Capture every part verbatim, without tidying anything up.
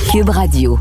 Cube Radio.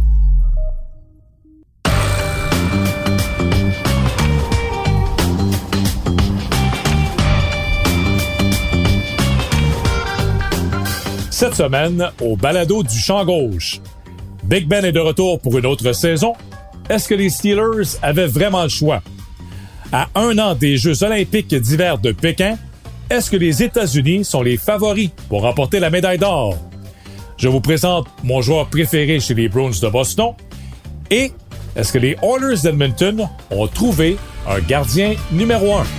Cette semaine, au balado du champ gauche, Big Ben est de retour pour une autre saison. Est-ce que les Steelers avaient vraiment le choix? À un an des Jeux olympiques d'hiver de Pékin, est-ce que les États-Unis sont les favoris pour remporter la médaille d'or? Je vous présente mon joueur préféré chez les Bruins de Boston. Et est-ce que les Oilers d'Edmonton ont trouvé un gardien numéro un?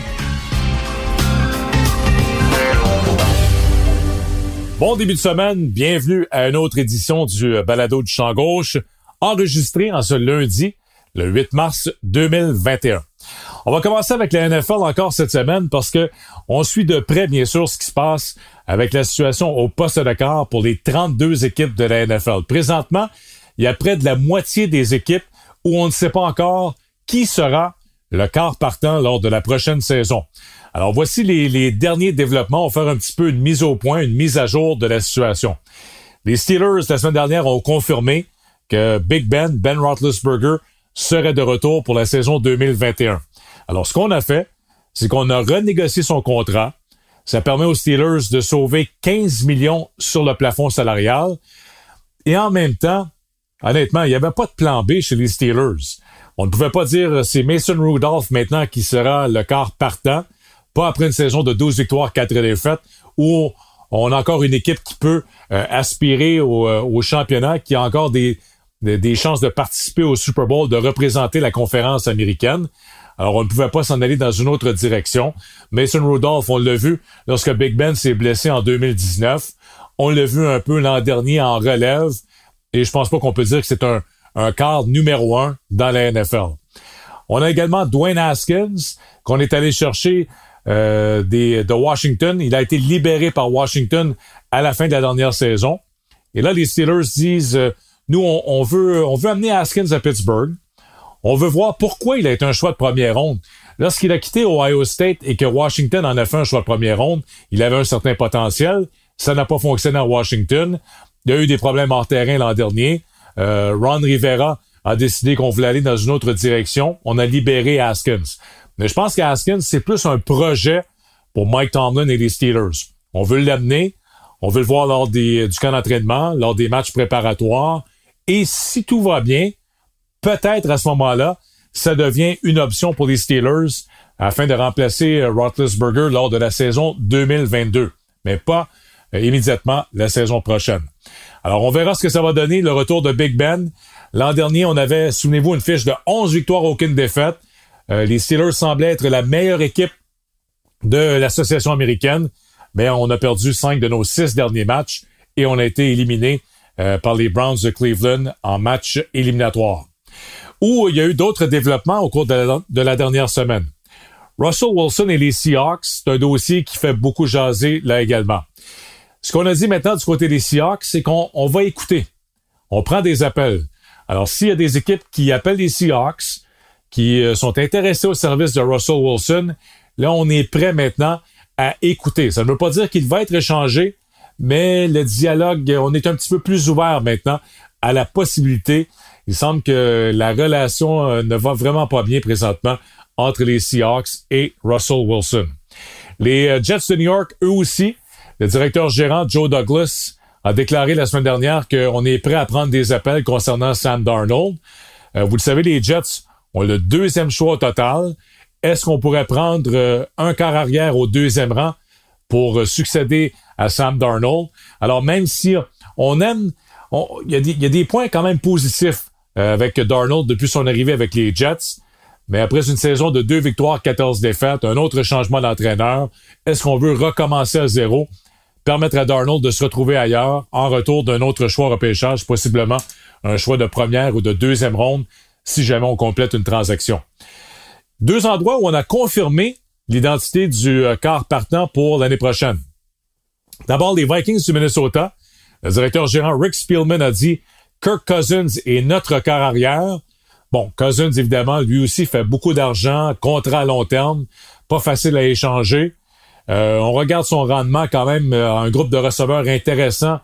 Bon début de semaine, bienvenue à une autre édition du balado du champ gauche, enregistré en ce lundi, le huit mars deux mille vingt et un. On va commencer avec la N F L encore cette semaine parce que on suit de près, bien sûr, ce qui se passe avec la situation au poste de quart pour les trente-deux équipes de la N F L. Présentement, il y a près de la moitié des équipes où on ne sait pas encore qui sera le quart partant lors de la prochaine saison. Alors, voici les, les derniers développements. On va faire un petit peu une mise au point, une mise à jour de la situation. Les Steelers, la semaine dernière, ont confirmé que Big Ben, Ben Roethlisberger, serait de retour pour la saison deux mille vingt et un. Alors, ce qu'on a fait, c'est qu'on a renégocié son contrat. Ça permet aux Steelers de sauver quinze millions sur le plafond salarial. Et en même temps, honnêtement, il n'y avait pas de plan B chez les Steelers. On ne pouvait pas dire c'est Mason Rudolph maintenant qui sera le quart partant. Pas après une saison de douze victoires, quatre défaites, où on a encore une équipe qui peut euh, aspirer au, euh, au championnat, qui a encore des, des, des chances de participer au Super Bowl, de représenter la conférence américaine. Alors, on ne pouvait pas s'en aller dans une autre direction. Mason Rudolph, on l'a vu lorsque Big Ben s'est blessé en deux mille dix-neuf. On l'a vu un peu l'an dernier en relève. Et je pense pas qu'on peut dire que c'est un, un quart numéro un dans la N F L. On a également Dwayne Haskins, qu'on est allé chercher Euh, des, de Washington. Il a été libéré par Washington à la fin de la dernière saison. Et là, les Steelers disent, euh, nous, on, on veut on veut amener Haskins à Pittsburgh. On veut voir pourquoi il a été un choix de première ronde. Lorsqu'il a quitté Ohio State et que Washington en a fait un choix de première ronde, il avait un certain potentiel. Ça n'a pas fonctionné à Washington. Il y a eu des problèmes hors terrain l'an dernier. Euh, Ron Rivera a décidé qu'on voulait aller dans une autre direction. On a libéré Haskins. Mais je pense qu'Haskins, c'est plus un projet pour Mike Tomlin et les Steelers. On veut l'amener, on veut le voir lors des, du camp d'entraînement, lors des matchs préparatoires. Et si tout va bien, peut-être à ce moment-là, ça devient une option pour les Steelers afin de remplacer Roethlisberger lors de la saison deux mille vingt-deux. Mais pas euh, immédiatement la saison prochaine. Alors, on verra ce que ça va donner, le retour de Big Ben. L'an dernier, on avait, souvenez-vous, une fiche de onze victoires, aucune défaite. Euh, les Steelers semblaient être la meilleure équipe de l'association américaine, mais on a perdu cinq de nos six derniers matchs et on a été éliminé euh, par les Browns de Cleveland en match éliminatoire. Où il y a eu d'autres développements au cours de la, de la dernière semaine. Russell Wilson et les Seahawks, c'est un dossier qui fait beaucoup jaser là également. Ce qu'on a dit maintenant du côté des Seahawks, c'est qu'on on va écouter. On prend des appels. Alors, s'il y a des équipes qui appellent les Seahawks, qui sont intéressés au service de Russell Wilson, là, on est prêt maintenant à écouter. Ça ne veut pas dire qu'il va être échangé, mais le dialogue, on est un petit peu plus ouvert maintenant à la possibilité. Il semble que la relation ne va vraiment pas bien présentement entre les Seahawks et Russell Wilson. Les Jets de New York, eux aussi, le directeur gérant Joe Douglas a déclaré la semaine dernière qu'on est prêt à prendre des appels concernant Sam Darnold. Euh, vous le savez, les Jets ont le deuxième choix au total. Est-ce qu'on pourrait prendre euh, un quart arrière au deuxième rang pour euh, succéder à Sam Darnold? Alors, même si on aime... Il y, y a des points quand même positifs euh, avec Darnold depuis son arrivée avec les Jets, mais après une saison de deux victoires, quatorze défaites, un autre changement d'entraîneur, est-ce qu'on veut recommencer à zéro, permettre à Darnold de se retrouver ailleurs en retour d'un autre choix au repêchage, possiblement un choix de première ou de deuxième ronde, si jamais on complète une transaction. Deux endroits où on a confirmé l'identité du euh, quart partant pour l'année prochaine. D'abord, les Vikings du Minnesota. Le directeur gérant Rick Spielman a dit « Kirk Cousins est notre quart arrière ». Bon, Cousins, évidemment, lui aussi fait beaucoup d'argent, contrat à long terme, pas facile à échanger. Euh, on regarde son rendement quand même, euh, un groupe de receveurs intéressant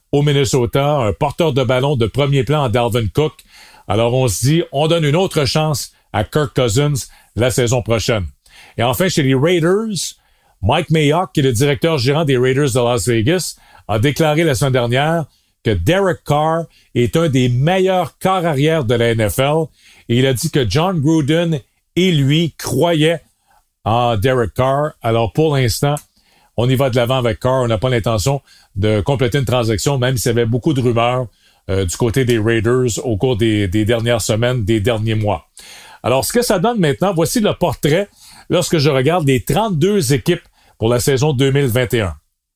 au Minnesota, un porteur de ballon de premier plan en Dalvin Cook. Alors on se dit, on donne une autre chance à Kirk Cousins la saison prochaine. Et enfin, chez les Raiders, Mike Mayock, qui est le directeur gérant des Raiders de Las Vegas, a déclaré la semaine dernière que Derek Carr est un des meilleurs corps arrière de la N F L. Et il a dit que John Gruden et lui croyaient en Derek Carr. Alors pour l'instant, on y va de l'avant avec Carr. On n'a pas l'intention de compléter une transaction, même s'il y avait beaucoup de rumeurs euh, du côté des Raiders au cours des, des dernières semaines, des derniers mois. Alors, ce que ça donne maintenant, voici le portrait lorsque je regarde les trente-deux équipes pour la saison deux mille vingt et un.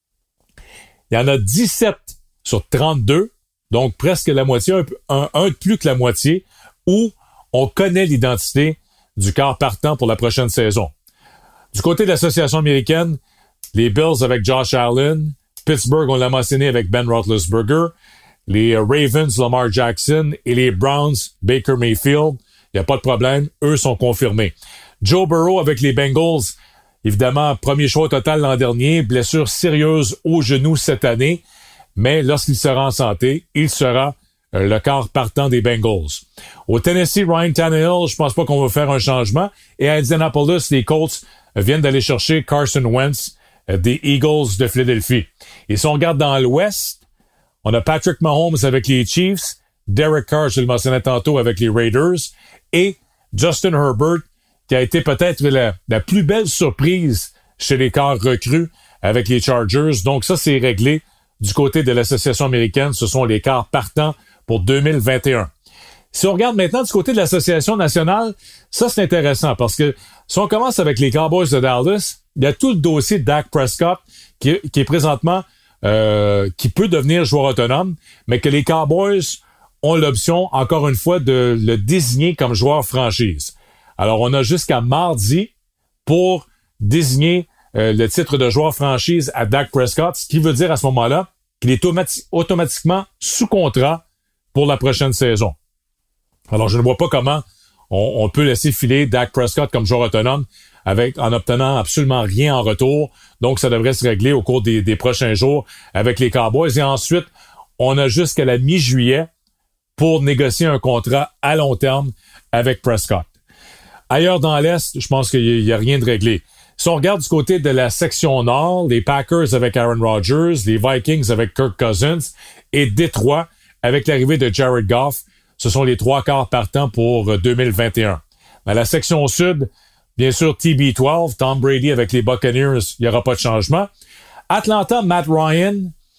Il y en a dix-sept sur trente-deux, donc presque la moitié, un, un, un de plus que la moitié, où on connaît l'identité du quart partant pour la prochaine saison. Du côté de l'association américaine, les Bills avec Josh Allen, Pittsburgh, on l'a mentionné avec Ben Roethlisberger, les Ravens, Lamar Jackson et les Browns, Baker Mayfield. Il n'y a pas de problème, eux sont confirmés. Joe Burrow avec les Bengals, évidemment, premier choix total l'an dernier, blessure sérieuse au genou cette année, mais lorsqu'il sera en santé, il sera euh, le quart partant des Bengals. Au Tennessee, Ryan Tannehill, je pense pas qu'on va faire un changement. Et à Indianapolis, les Colts euh, viennent d'aller chercher Carson Wentz euh, des Eagles de Philadelphie. Et si on regarde dans l'Ouest, on a Patrick Mahomes avec les Chiefs, Derek Carr, je le mentionnais tantôt, avec les Raiders, et Justin Herbert, qui a été peut-être la, la plus belle surprise chez les quarts recrues avec les Chargers. Donc ça, c'est réglé du côté de l'association américaine. Ce sont les quarts partants pour deux mille vingt et un. Si on regarde maintenant du côté de l'association nationale, ça, c'est intéressant parce que si on commence avec les Cowboys de Dallas, il y a tout le dossier de Dak Prescott qui est, qui est présentement, euh, qui peut devenir joueur autonome, mais que les Cowboys ont l'option, encore une fois, de le désigner comme joueur franchise. Alors, on a jusqu'à mardi pour désigner euh, le titre de joueur franchise à Dak Prescott, ce qui veut dire à ce moment-là qu'il est automati- automatiquement sous contrat pour la prochaine saison. Alors, je ne vois pas comment on, on peut laisser filer Dak Prescott comme joueur autonome avec en obtenant absolument rien en retour. Donc, ça devrait se régler au cours des, des prochains jours avec les Cowboys. Et ensuite, on a jusqu'à la mi-juillet pour négocier un contrat à long terme avec Prescott. Ailleurs dans l'Est, je pense qu'il n'y a, a rien de réglé. Si on regarde du côté de la section Nord, les Packers avec Aaron Rodgers, les Vikings avec Kirk Cousins et Détroit avec l'arrivée de Jared Goff, ce sont les trois quarts partants pour deux mille vingt et un. Dans la section Sud, bien sûr, T B douze, Tom Brady avec les Buccaneers, il n'y aura pas de changement. Atlanta, Matt Ryan,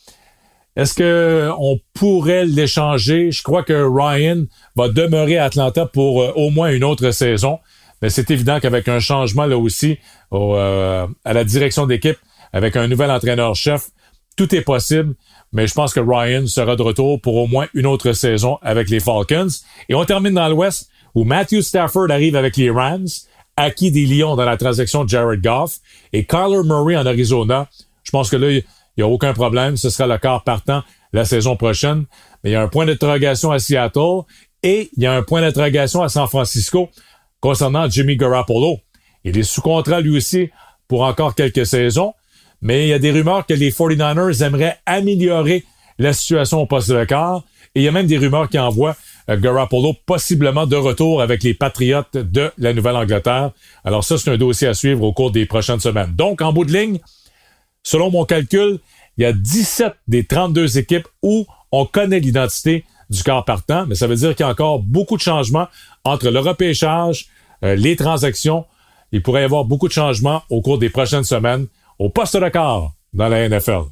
est-ce que on pourrait l'échanger? Je crois que Ryan va demeurer à Atlanta pour euh, au moins une autre saison. Mais c'est évident qu'avec un changement là aussi au, euh, à la direction d'équipe, avec un nouvel entraîneur-chef, tout est possible. Mais je pense que Ryan sera de retour pour au moins une autre saison avec les Falcons. Et on termine dans l'Ouest où Matthew Stafford arrive avec les Rams, acquis des Lions dans la transaction de Jared Goff, et Kyler Murray en Arizona. Je pense que là, il n'y a aucun problème. Ce sera le quart partant la saison prochaine. Mais il y a un point d'interrogation à Seattle et il y a un point d'interrogation à San Francisco concernant Jimmy Garoppolo. Il est sous contrat lui aussi pour encore quelques saisons. Mais il y a des rumeurs que les forty-niners aimeraient améliorer la situation au poste de quart. Et il y a même des rumeurs qui envoient euh, Garoppolo possiblement de retour avec les Patriots de la Nouvelle-Angleterre. Alors ça, c'est un dossier à suivre au cours des prochaines semaines. Donc, en bout de ligne, selon mon calcul, il y a dix-sept des trente-deux équipes où on connaît l'identité du quart partant, mais ça veut dire qu'il y a encore beaucoup de changements entre le repêchage, euh, les transactions. Il pourrait y avoir beaucoup de changements au cours des prochaines semaines au poste de quart dans la N F L.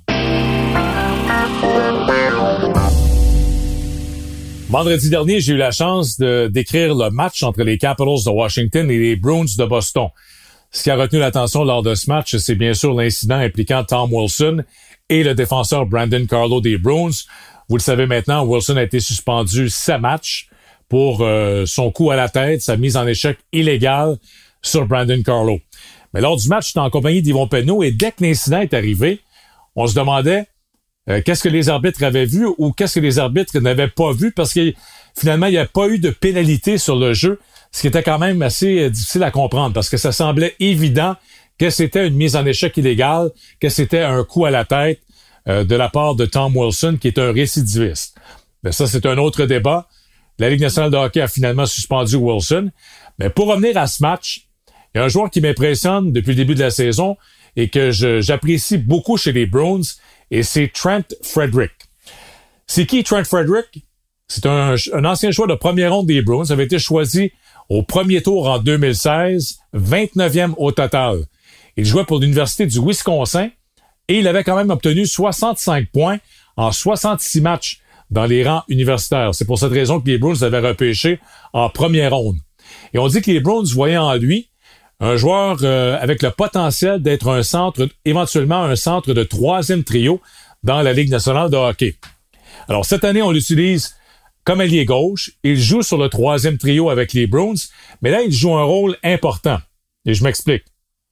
Vendredi dernier, j'ai eu la chance de d'écrire le match entre les Capitals de Washington et les Bruins de Boston. Ce qui a retenu l'attention lors de ce match, c'est bien sûr l'incident impliquant Tom Wilson et le défenseur Brandon Carlo des Bruins. Vous le savez maintenant, Wilson a été suspendu sept matchs pour euh, son coup à la tête, sa mise en échec illégale sur Brandon Carlo. Mais lors du match, j'étais en compagnie d'Yvon Penneau et dès que l'incident est arrivé, on se demandait euh, qu'est-ce que les arbitres avaient vu ou qu'est-ce que les arbitres n'avaient pas vu parce que finalement, il n'y a pas eu de pénalité sur le jeu, ce qui était quand même assez euh, difficile à comprendre parce que ça semblait évident que c'était une mise en échec illégale, que c'était un coup à la tête. euh, de la part de Tom Wilson, qui est un récidiviste. Mais ça, c'est un autre débat. La Ligue nationale de hockey a finalement suspendu Wilson. Mais pour revenir à ce match, il y a un joueur qui m'impressionne depuis le début de la saison et que je, j'apprécie beaucoup chez les Bruins, et c'est Trent Frederic. C'est qui Trent Frederic? C'est un, un ancien joueur de première ronde des Bruins. Il avait été choisi au premier tour en deux mille seize, vingt-neuvième au total. Il jouait pour l'Université du Wisconsin et il avait quand même obtenu soixante-cinq points en soixante-six matchs dans les rangs universitaires. C'est pour cette raison que les Bruins l'avaient repêché en première ronde. Et on dit que les Bruins voyaient en lui un joueur euh, avec le potentiel d'être un centre, éventuellement un centre de troisième trio dans la Ligue nationale de hockey. Alors cette année, on l'utilise comme ailier gauche. Il joue sur le troisième trio avec les Bruins, mais là, il joue un rôle important. Et je m'explique.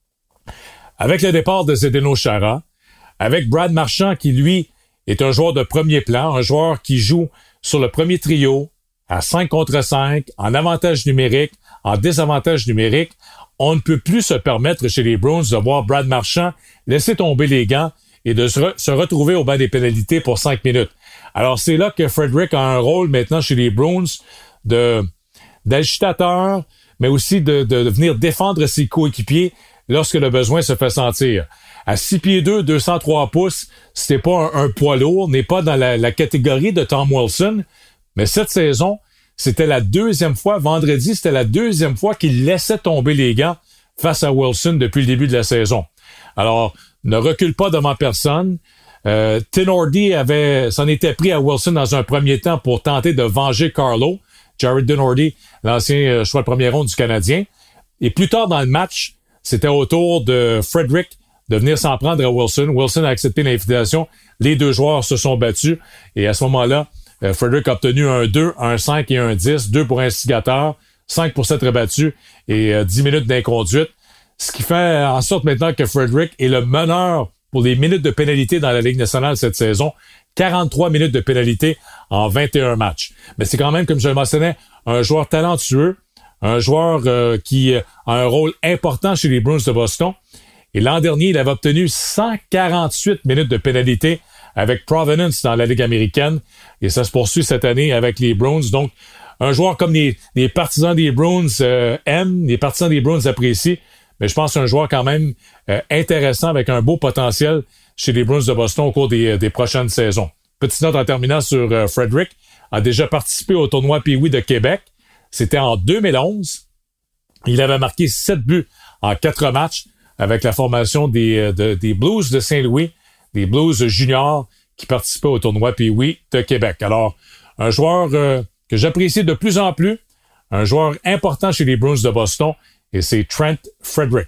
Avec le départ de Zdeno Chara, avec Brad Marchand qui, lui, est un joueur de premier plan, un joueur qui joue sur le premier trio, à cinq contre cinq, en avantage numérique, en désavantage numérique, on ne peut plus se permettre chez les Bruins de voir Brad Marchand laisser tomber les gants et de se, re- se retrouver au banc des pénalités pour cinq minutes. Alors, c'est là que Frederic a un rôle maintenant chez les Bruins de, d'agitateur, mais aussi de, de, de venir défendre ses coéquipiers lorsque le besoin se fait sentir. À six pieds deux, deux cent trois pouces, c'était pas un, un poids lourd, n'est pas dans la, la catégorie de Tom Wilson, mais cette saison, c'était la deuxième fois, vendredi, c'était la deuxième fois qu'il laissait tomber les gants face à Wilson depuis le début de la saison. Alors, ne recule pas devant personne. Euh, Tinordi avait, s'en était pris à Wilson dans un premier temps pour tenter de venger Carlo, Jared Tinordi, l'ancien euh, choix de première ronde du Canadien. Et plus tard dans le match, c'était au tour de Frederic de venir s'en prendre à Wilson. Wilson a accepté l'invitation. Les deux joueurs se sont battus. Et à ce moment-là, euh, Frederic a obtenu un deux, un cinq et un dix. deux pour instigateur, cinq pour s'être battu et euh, dix minutes d'inconduite. Ce qui fait en sorte maintenant que Frederic est le meneur pour les minutes de pénalité dans la Ligue nationale cette saison. quarante-trois minutes de pénalité en vingt et un matchs. Mais c'est quand même, comme je le mentionnais, un joueur talentueux, un joueur euh, qui a un rôle important chez les Bruins de Boston. Et l'an dernier, il avait obtenu cent quarante-huit minutes de pénalité avec Providence dans la Ligue américaine. Et ça se poursuit cette année avec les Bruins. Donc, un joueur comme les, les partisans des Bruins euh, aiment, les partisans des Bruins apprécient. Mais je pense que c'est un joueur quand même euh, intéressant avec un beau potentiel chez les Bruins de Boston au cours des, des prochaines saisons. Petite note en terminant sur euh, Frederic, a déjà participé au tournoi Pee-Wee de Québec. C'était en deux mille onze. Il avait marqué sept buts en quatre matchs avec la formation des, de, des Blues de Saint-Louis, des Blues juniors qui participaient au tournoi Pee-Wee de Québec. Alors, un joueur euh, que j'apprécie de plus en plus, un joueur important chez les Bruins de Boston, et c'est Trent Frederic.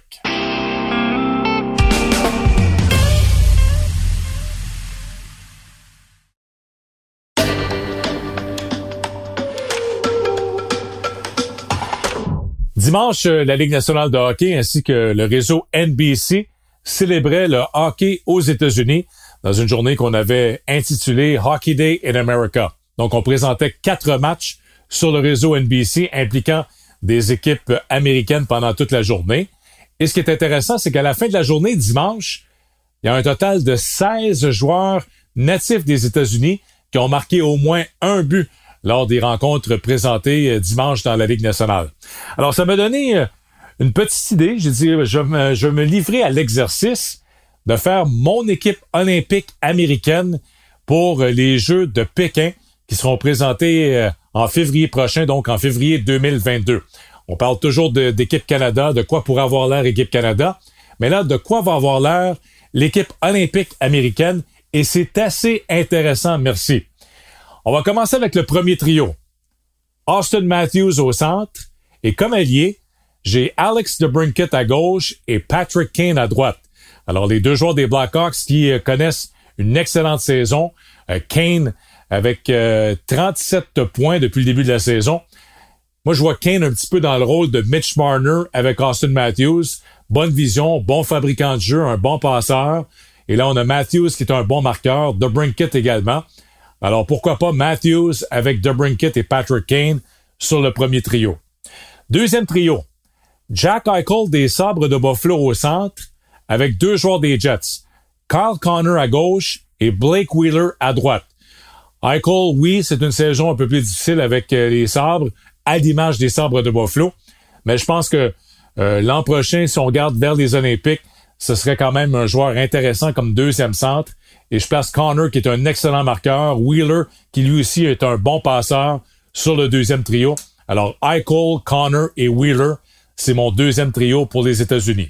Dimanche, la Ligue nationale de hockey ainsi que le réseau N B C célébraient le hockey aux États-Unis dans une journée qu'on avait intitulée Hockey Day in America. Donc, on présentait quatre matchs sur le réseau N B C impliquant des équipes américaines pendant toute la journée. Et ce qui est intéressant, c'est qu'à la fin de la journée, dimanche, il y a un total de seize joueurs natifs des États-Unis qui ont marqué au moins un but lors des rencontres présentées dimanche dans la Ligue nationale. Alors, ça m'a donné une petite idée. J'ai dit, je vais me, je vais me livrer à l'exercice de faire mon équipe olympique américaine pour les Jeux de Pékin qui seront présentés en février prochain, donc en février deux mille vingt-deux. On parle toujours de, d'équipe Canada, de quoi pourrait avoir l'air équipe Canada, mais là, de quoi va avoir l'air l'équipe olympique américaine, et c'est assez intéressant, merci. On va commencer avec le premier trio. Austin Matthews au centre, et comme allié, j'ai Alex DeBrincat à gauche et Patrick Kane à droite. Alors, les deux joueurs des Blackhawks qui euh, connaissent une excellente saison, euh, Kane avec euh, trente-sept points depuis le début de la saison. Moi, je vois Kane un petit peu dans le rôle de Mitch Marner avec Austin Matthews. Bonne vision, bon fabricant de jeu, un bon passeur. Et là, on a Matthews qui est un bon marqueur, DeBrincat également. Alors, pourquoi pas Matthews avec DeBrincat et Patrick Kane sur le premier trio. Deuxième trio, Jack Eichel des Sabres de Buffalo au centre avec deux joueurs des Jets, Kyle Connor à gauche et Blake Wheeler à droite. Eichel, oui, c'est une saison un peu plus difficile avec euh, les Sabres, à l'image des Sabres de Buffalo, mais je pense que euh, l'an prochain, si on regarde vers les Olympiques, ce serait quand même un joueur intéressant comme deuxième centre. Et je place Connor, qui est un excellent marqueur, Wheeler, qui lui aussi est un bon passeur sur le deuxième trio. Alors, Eichel, Connor et Wheeler, c'est mon deuxième trio pour les États-Unis.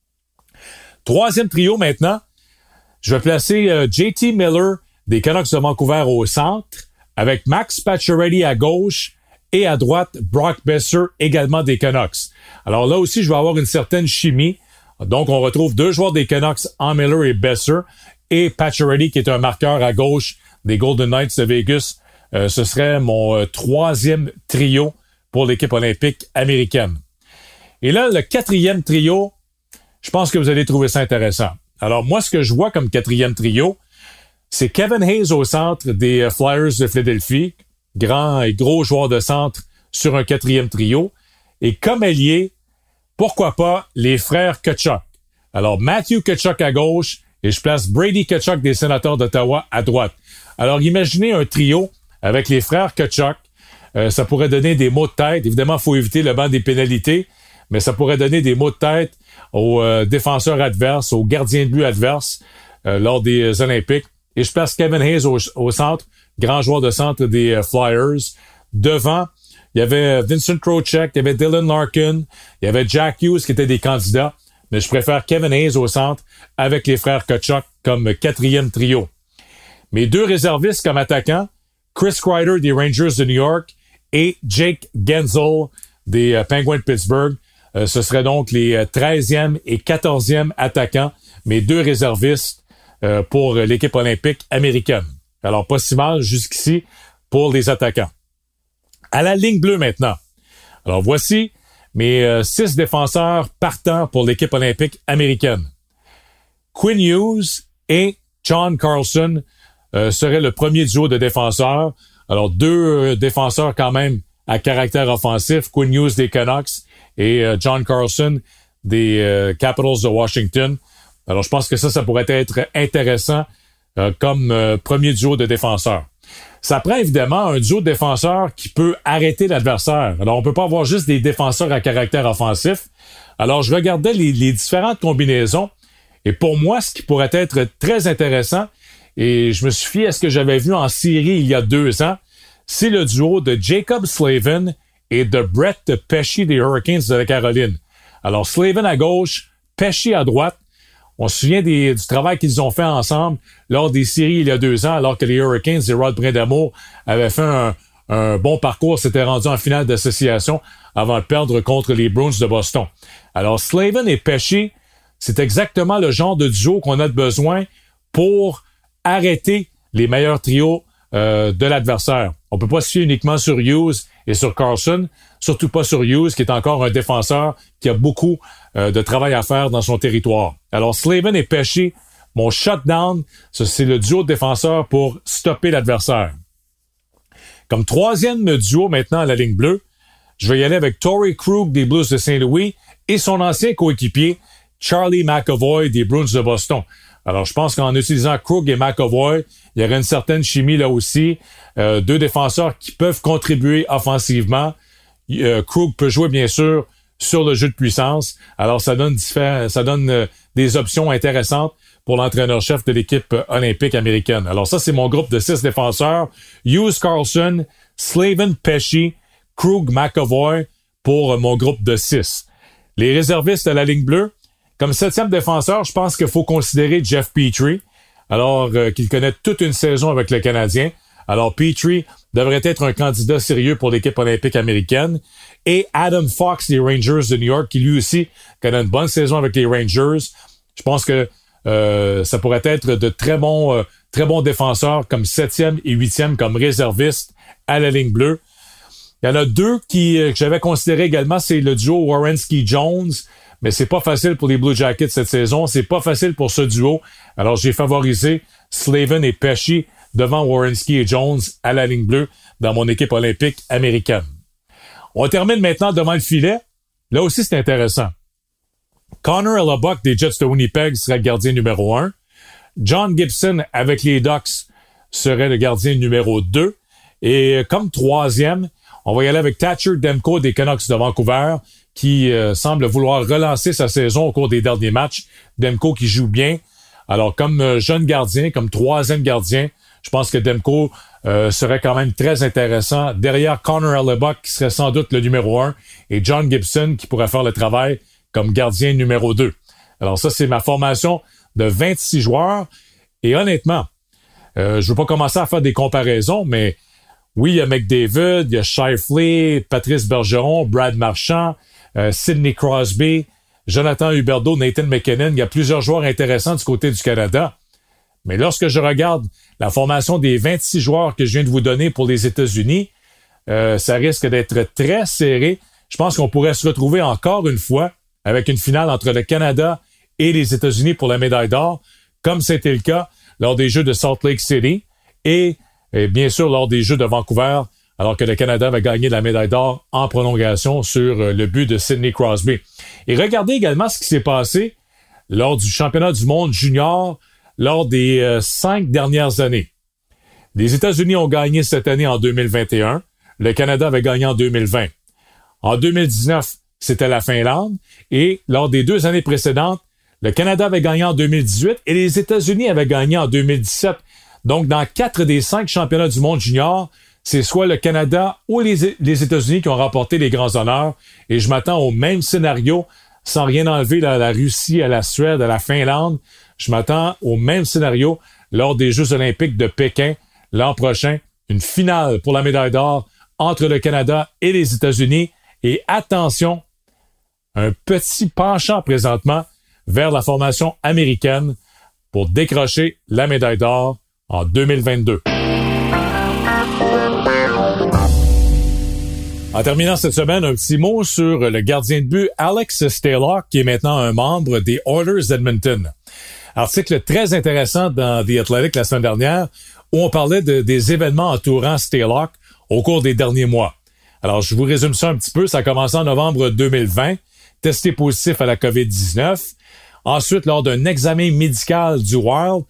Troisième trio maintenant, je vais placer euh, J T Miller des Canucks de Vancouver au centre, avec Max Pacioretty à gauche et à droite, Brock Besser également des Canucks. Alors là aussi, je vais avoir une certaine chimie. Donc, on retrouve deux joueurs des Canucks, en Miller et Besser, et Pacioretty, qui est un marqueur à gauche des Golden Knights de Vegas. Euh, ce serait mon euh, troisième trio pour l'équipe olympique américaine. Et là, le quatrième trio, je pense que vous allez trouver ça intéressant. Alors, moi, ce que je vois comme quatrième trio, c'est Kevin Hayes au centre des euh, Flyers de Philadelphie, grand et gros joueur de centre sur un quatrième trio. Et comme ailier, pourquoi pas les frères Tkachuk. Alors, Matthew Tkachuk à gauche, et je place Brady Tkachuk des Sénateurs d'Ottawa à droite. Alors, imaginez un trio avec les frères Tkachuk. Euh, ça pourrait donner des maux de tête. Évidemment, il faut éviter le banc des pénalités, mais ça pourrait donner des maux de tête aux euh, défenseurs adverses, aux gardiens de but adverses euh, lors des Olympiques. Et je place Kevin Hayes au, au centre, grand joueur de centre des euh, Flyers. Devant, il y avait Vincent Trocheck, il y avait Dylan Larkin, il y avait Jack Hughes qui étaient des candidats. Mais je préfère Kevin Hayes au centre avec les frères Tkachuk comme quatrième trio. Mes deux réservistes comme attaquants, Chris Kreider des Rangers de New York et Jake Gensel des euh, Penguins de Pittsburgh. Euh, ce seraient donc les euh, treizième et quatorzième attaquants, mes deux réservistes euh, pour l'équipe olympique américaine. Alors, pas si mal jusqu'ici pour les attaquants. À la ligne bleue maintenant. Alors, voici mes euh, six défenseurs partants pour l'équipe olympique américaine. Quinn Hughes et John Carlson euh, seraient le premier duo de défenseurs. Alors, deux euh, défenseurs quand même à caractère offensif. Quinn Hughes des Canucks et euh, John Carlson des euh, Capitals de Washington. Alors, je pense que ça, ça pourrait être intéressant euh, comme euh, premier duo de défenseurs. Ça prend évidemment un duo de défenseurs qui peut arrêter l'adversaire. Alors, on peut pas avoir juste des défenseurs à caractère offensif. Alors, je regardais les, les différentes combinaisons et pour moi, ce qui pourrait être très intéressant, et je me suis fié à ce que j'avais vu en série il y a deux ans, c'est le duo de Jacob Slavin et de Brett Pesce des Hurricanes de la Caroline. Alors, Slavin à gauche, Pesce à droite. On se souvient des, du travail qu'ils ont fait ensemble lors des séries il y a deux ans, alors que les Hurricanes et Rod Brindamour avaient fait un, un bon parcours, s'étaient rendus en finale d'association avant de perdre contre les Bruins de Boston. Alors, Slavin et Pesce, c'est exactement le genre de duo qu'on a besoin pour arrêter les meilleurs trios euh, de l'adversaire. On peut pas se fier uniquement sur Hughes et sur Carlson, surtout pas sur Hughes, qui est encore un défenseur qui a beaucoup euh, de travail à faire dans son territoire. Alors, Slavin et Pesce, mon shutdown, ça, c'est le duo de défenseurs pour stopper l'adversaire. Comme troisième duo maintenant à la ligne bleue, je vais y aller avec Torrey Krug des Blues de Saint-Louis et son ancien coéquipier, Charlie McAvoy des Bruins de Boston. Alors, je pense qu'en utilisant Krug et McAvoy, il y aurait une certaine chimie là aussi. Euh, deux défenseurs qui peuvent contribuer offensivement. Euh, Krug peut jouer, bien sûr, sur le jeu de puissance. Alors, ça donne, diffé- ça donne euh, des options intéressantes pour l'entraîneur-chef de l'équipe euh, olympique américaine. Alors, ça, c'est mon groupe de six défenseurs. Hughes, Carlson, Slavin, Pesce, Krug, McAvoy pour euh, mon groupe de six. Les réservistes à la ligne bleue, comme septième défenseur, je pense qu'il faut considérer Jeff Petrie, alors euh, qu'il connaît toute une saison avec le Canadien. Alors Petrie devrait être un candidat sérieux pour l'équipe olympique américaine. Et Adam Fox des Rangers de New York, qui lui aussi connaît une bonne saison avec les Rangers. Je pense que euh, ça pourrait être de très bons, euh, très bons défenseurs comme septième et huitième comme réservistes à la ligne bleue. Il y en a deux qui, euh, que j'avais considéré également, c'est le duo Werenski-Jones. Mais c'est pas facile pour les Blue Jackets cette saison. C'est pas facile pour ce duo. Alors, j'ai favorisé Slavin et Pesce devant Werenski et Jones à la ligne bleue dans mon équipe olympique américaine. On termine maintenant devant le filet. Là aussi, c'est intéressant. Connor Hellebuck des Jets de Winnipeg serait gardien numéro un. John Gibson avec les Ducks serait le gardien numéro deux. Et comme troisième, on va y aller avec Thatcher Demko des Canucks de Vancouver, qui euh, semble vouloir relancer sa saison au cours des derniers matchs. Demko qui joue bien. Alors, comme euh, jeune gardien, comme troisième gardien, je pense que Demko euh, serait quand même très intéressant. Derrière Connor Hellebuyck, qui serait sans doute le numéro un, et John Gibson, qui pourrait faire le travail comme gardien numéro deux. Alors ça, c'est ma formation de vingt-six joueurs. Et honnêtement, euh, je veux pas commencer à faire des comparaisons, mais oui, il y a McDavid, il y a Shifley, Patrice Bergeron, Brad Marchand, euh, Sidney Crosby, Jonathan Huberdeau, Nathan McKinnon. Il y a plusieurs joueurs intéressants du côté du Canada. Mais lorsque je regarde la formation des vingt-six joueurs que je viens de vous donner pour les États-Unis, euh, ça risque d'être très serré. Je pense qu'on pourrait se retrouver encore une fois avec une finale entre le Canada et les États-Unis pour la médaille d'or, comme c'était le cas lors des Jeux de Salt Lake City et, et bien sûr lors des Jeux de Vancouver, alors que le Canada avait gagné la médaille d'or en prolongation sur le but de Sidney Crosby. Et regardez également ce qui s'est passé lors du championnat du monde junior lors des euh, cinq dernières années. Les États-Unis ont gagné cette année en deux mille vingt et un. Le Canada avait gagné en deux mille vingt. En deux mille dix-neuf, c'était la Finlande. Et lors des deux années précédentes, le Canada avait gagné en deux mille dix-huit et les États-Unis avaient gagné en deux mille dix-sept. Donc, dans quatre des cinq championnats du monde junior, c'est soit le Canada ou les, les États-Unis qui ont remporté les grands honneurs. Et je m'attends au même scénario, sans rien enlever à la Russie, à la Suède, à la Finlande. Je m'attends au même scénario lors des Jeux olympiques de Pékin l'an prochain. Une finale pour la médaille d'or entre le Canada et les États-Unis. Et attention, un petit penchant présentement vers la formation américaine pour décrocher la médaille d'or en deux mille vingt-deux. En terminant cette semaine, un petit mot sur le gardien de but Alex Stalock, qui est maintenant un membre des Oilers d'Edmonton. Article très intéressant dans The Athletic la semaine dernière, où on parlait de, des événements entourant Stalock au cours des derniers mois. Alors, je vous résume ça un petit peu. Ça a commencé en novembre deux mille vingt, testé positif à la covid dix-neuf. Ensuite, lors d'un examen médical du Wild,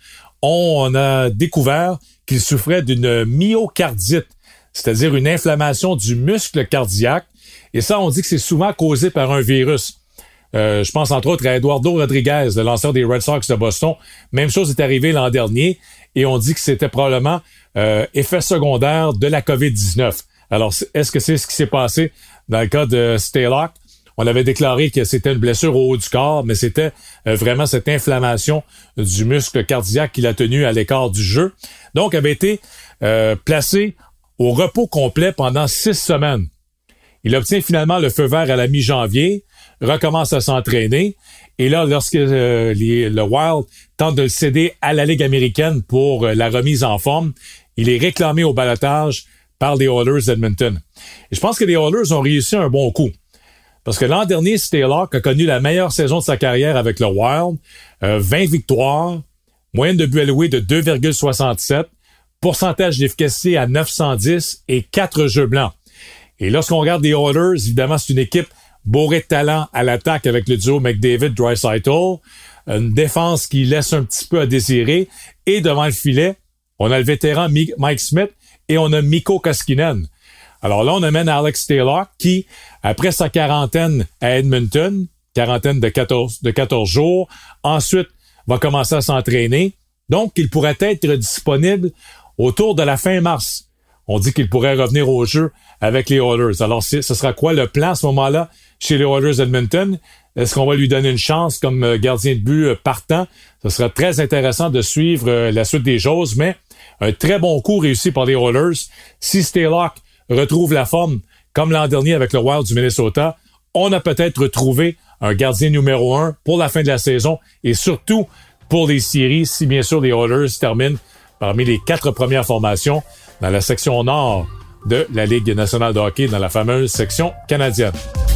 on a découvert qu'il souffrait d'une myocardite, c'est-à-dire une inflammation du muscle cardiaque. Et ça, on dit que c'est souvent causé par un virus. Euh, je pense entre autres à Eduardo Rodriguez, le lanceur des Red Sox de Boston. Même chose est arrivé l'an dernier et on dit que c'était probablement euh, effet secondaire de la covid dix-neuf. Alors, est-ce que c'est ce qui s'est passé dans le cas de Stalock? On avait déclaré que c'était une blessure au haut du corps, mais c'était euh, vraiment cette inflammation du muscle cardiaque qui l'a tenu à l'écart du jeu. Donc, avait été euh, placé au repos complet pendant six semaines. Il obtient finalement le feu vert à la mi-janvier, recommence à s'entraîner, et là, lorsque euh, les, le Wild tente de le céder à la Ligue américaine pour euh, la remise en forme, il est réclamé au ballottage par les Oilers d'Edmonton. Et je pense que les Oilers ont réussi un bon coup. Parce que l'an dernier, Stalock a connu la meilleure saison de sa carrière avec le Wild. Euh, vingt victoires, moyenne de buts alloués de deux virgule soixante-sept, pourcentage d'efficacité à neuf cent dix et quatre jeux blancs. Et lorsqu'on regarde les Oilers, évidemment, c'est une équipe bourrée de talent à l'attaque avec le duo McDavid-Draisaitl, une défense qui laisse un petit peu à désirer. Et devant le filet, on a le vétéran Mike Smith et on a Mikko Koskinen. Alors là, on amène Alex Stalock qui, après sa quarantaine à Edmonton, quarantaine de quatorze, de quatorze jours, ensuite va commencer à s'entraîner. Donc, il pourrait être disponible autour de la fin mars. On dit qu'il pourrait revenir au jeu avec les Oilers. Alors, ce sera quoi le plan à ce moment-là chez les Oilers d'Edmonton? Est-ce qu'on va lui donner une chance comme gardien de but partant? Ce sera très intéressant de suivre la suite des choses, mais un très bon coup réussi par les Oilers. Si Stalock retrouve la forme comme l'an dernier avec le Wild du Minnesota, on a peut-être retrouvé un gardien numéro un pour la fin de la saison et surtout pour les séries, si bien sûr les Oilers terminent parmi les quatre premières formations dans la section nord de la Ligue nationale de hockey, dans la fameuse section canadienne.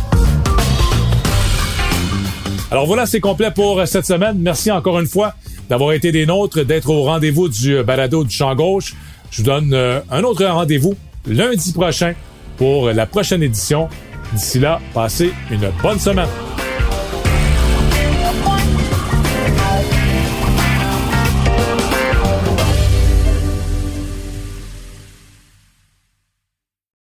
Alors voilà, c'est complet pour cette semaine. Merci encore une fois d'avoir été des nôtres, d'être au rendez-vous du balado du champ gauche. Je vous donne euh, un autre rendez-vous lundi prochain pour la prochaine édition. D'ici là, passez une bonne semaine.